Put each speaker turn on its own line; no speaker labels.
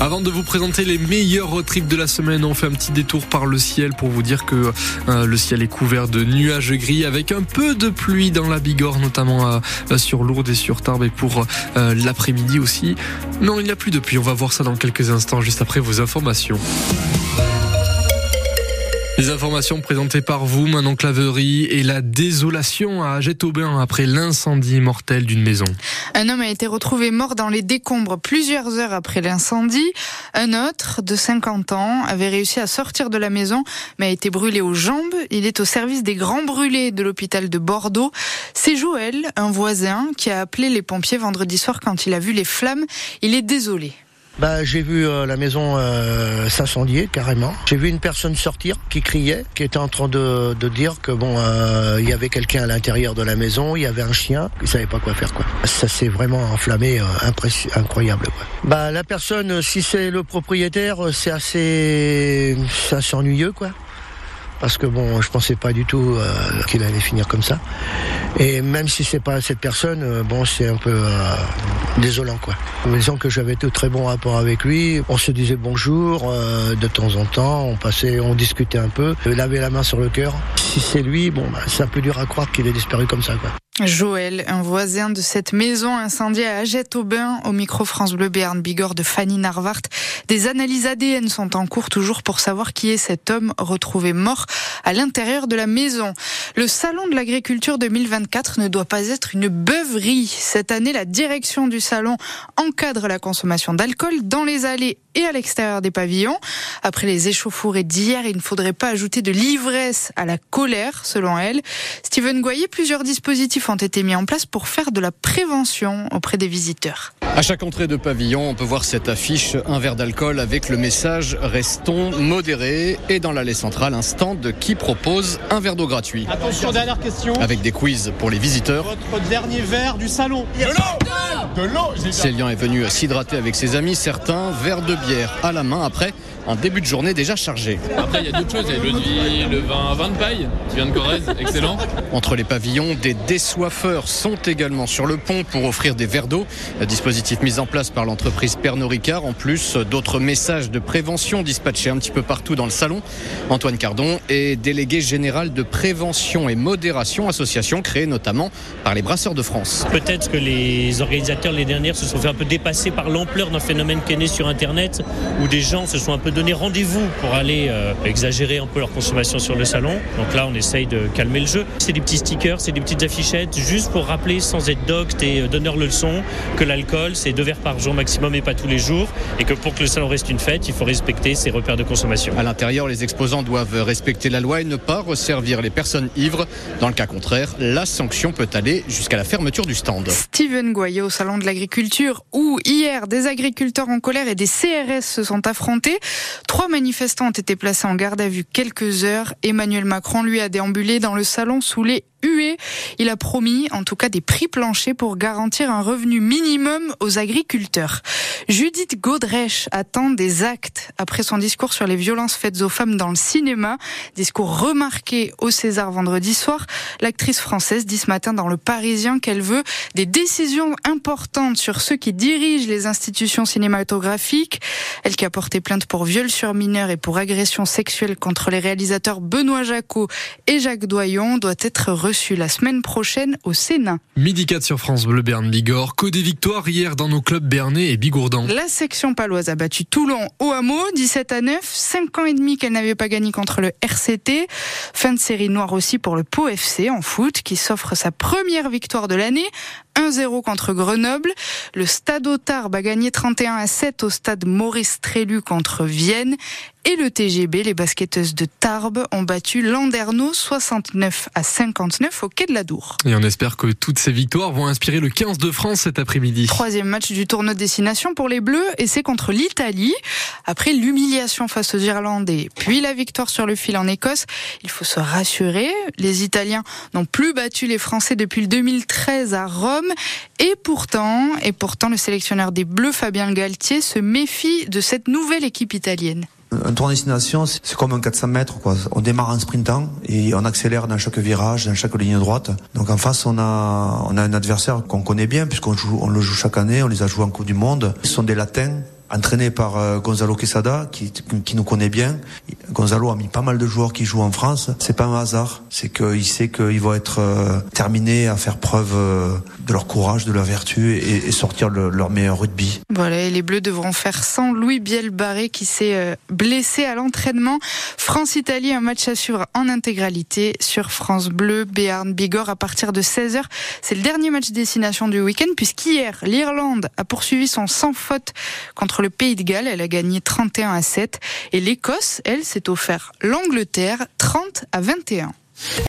Avant de vous présenter les meilleurs road trips de la semaine, on fait un petit détour par le ciel pour vous dire que le ciel est couvert de nuages gris avec un peu de pluie dans la Bigorre, notamment sur Lourdes et sur Tarbes, et pour l'après-midi aussi. Non, il n'y a plus de pluie. On va voir ça dans quelques instants, juste après vos informations. Les informations présentées par vous, Manon Claverie, et la désolation à Agette-Aubin après l'incendie mortel d'une maison.
Un homme a été retrouvé mort dans les décombres plusieurs heures après l'incendie. Un autre, de 50 ans, avait réussi à sortir de la maison, mais a été brûlé aux jambes. Il est au service des grands brûlés de l'hôpital de Bordeaux. C'est Joël, un voisin, qui a appelé les pompiers vendredi soir quand il a vu les flammes. Il est désolé.
J'ai vu la maison s'incendier carrément. J'ai vu une personne sortir qui criait, qui était en train de dire que il y avait quelqu'un à l'intérieur de la maison, il y avait un chien, il savait pas quoi faire quoi. Ça s'est vraiment enflammé, incroyable quoi. La personne, si c'est le propriétaire, c'est assez ennuyeux quoi. Parce que je pensais pas du tout qu'il allait finir comme ça. Et même si c'est pas cette personne, c'est un peu désolant quoi. Disons que j'avais de très bons rapports avec lui. On se disait bonjour de temps en temps. On discutait un peu. Il avait la main sur le cœur. Si c'est lui, c'est un peu dur à croire qu'il ait disparu comme ça quoi.
Joël, un voisin de cette maison incendiée à Agette-Aubin, au micro France Bleu Béarn Bigorre de Fanny Narvart. Des analyses ADN sont en cours toujours pour savoir qui est cet homme retrouvé mort à l'intérieur de la maison. Le salon de l'agriculture 2024 ne doit pas être une beuverie. Cette année, la direction du salon encadre la consommation d'alcool dans les allées et à l'extérieur des pavillons. Après les échauffourées d'hier, il ne faudrait pas ajouter de l'ivresse à la colère, selon elle. Steven Goyer, plusieurs dispositifs ont été mis en place pour faire de la prévention auprès des visiteurs.
À chaque entrée de pavillon, on peut voir cette affiche, un verre d'alcool avec le message « Restons modérés » et dans l'allée centrale, un stand qui propose un verre d'eau gratuit.
Attention, dernière question.
Avec des quiz pour les visiteurs.
Votre dernier verre du salon. De l'eau.
Célian est venu s'hydrater avec ses amis, certains verres de bière à la main après un début de journée déjà chargé.
Après, il y a d'autres choses, il y a l'eau de vie, le vin de paille qui vient de Corrèze, excellent.
Entre les pavillons, des désoiffeurs sont également sur le pont pour offrir des verres d'eau. Dispositif mis en place par l'entreprise Pernod Ricard. En plus, d'autres messages de prévention dispatchés un petit peu partout dans le salon. Antoine Cardon est délégué général de prévention et modération, association créée notamment par les Brasseurs de France.
Peut-être que les organisateurs l'année dernière se sont fait un peu dépasser par l'ampleur d'un phénomène qui est né sur Internet, où des gens se sont un peu donné rendez-vous pour aller exagérer un peu leur consommation sur le salon. Donc là, on essaye de calmer le jeu. C'est des petits stickers, c'est des petites affichettes, juste pour rappeler, sans être docte et donneur de leçons, que l'alcool, c'est 2 verres par jour maximum et pas tous les jours. Et que pour que le salon reste une fête, il faut respecter ses repères de consommation.
À l'intérieur, les exposants doivent respecter la loi et ne pas resservir les personnes ivres. Dans le cas contraire, la sanction peut aller jusqu'à la fermeture du stand.
Steven Goyer au salon de l'agriculture, où hier, des agriculteurs en colère et des CRS se sont affrontés. 3 manifestants ont été placés en garde à vue quelques heures. Emmanuel Macron, lui, a déambulé dans le salon sous les huées. Il a promis, en tout cas, des prix planchers pour garantir un revenu minimum aux agriculteurs. Judith Godrèche attend des actes après son discours sur les violences faites aux femmes dans le cinéma. Discours remarqué au César vendredi soir. L'actrice française dit ce matin dans Le Parisien qu'elle veut des décisions importantes sur ceux qui dirigent les institutions cinématographiques. Elle qui a porté plainte pour viol sur mineur et pour agression sexuelle contre les réalisateurs Benoît Jacquot et Jacques Doyon doit être reçue la semaine prochaine au Sénat.
12h04 sur France Bleu Béarn Bigorre. Que des victoires hier dans nos clubs béarnais et bigourdans.
La section paloise a battu Toulon au hameau, 17-9. 5 ans et demi qu'elle n'avait pas gagné contre le RCT. Fin de série noire aussi pour le Pau FC en foot, qui s'offre sa première victoire de l'année. 1-0 contre Grenoble. Le Stade Tarbes a gagné 31-7 au stade Maurice Trélu contre Vienne. Et le TGB, les basketteuses de Tarbes, ont battu Landerneau 69-59 au Quai de la Dour.
Et on espère que toutes ces victoires vont inspirer le 15 de France cet après-midi.
3e match du tournoi de destination pour les Bleus et c'est contre l'Italie. Après l'humiliation face aux Irlandais, puis la victoire sur le fil en Écosse, il faut se rassurer. Les Italiens n'ont plus battu les Français depuis le 2013 à Rome. Et pourtant, le sélectionneur des Bleus, Fabien Galtier, se méfie de cette nouvelle équipe italienne.
Un tour de destination, c'est comme un 400 mètres, quoi. On démarre en sprintant et on accélère dans chaque virage, dans chaque ligne droite. Donc en face, on a un adversaire qu'on connaît bien puisqu'on le joue chaque année, on les a joués en Coupe du Monde. Ils sont des Latins, entraîné par Gonzalo Quesada, qui nous connaît bien. Gonzalo a mis pas mal de joueurs qui jouent en France. C'est pas un hasard, c'est qu'il sait qu'ils vont être terminés à faire preuve de leur courage, de leur vertu et sortir leur meilleur rugby.
Voilà, et les Bleus devront faire sans Louis Bielbarré qui s'est blessé à l'entraînement. France-Italie, un match à suivre en intégralité sur France Bleu, Béarn, Bigorre à partir de 16h. C'est le dernier match destination du week-end puisqu'hier, l'Irlande a poursuivi son sans faute contre le Pays de Galles. Elle a gagné 31-7 et l'Écosse, elle, s'est offert l'Angleterre 30-21.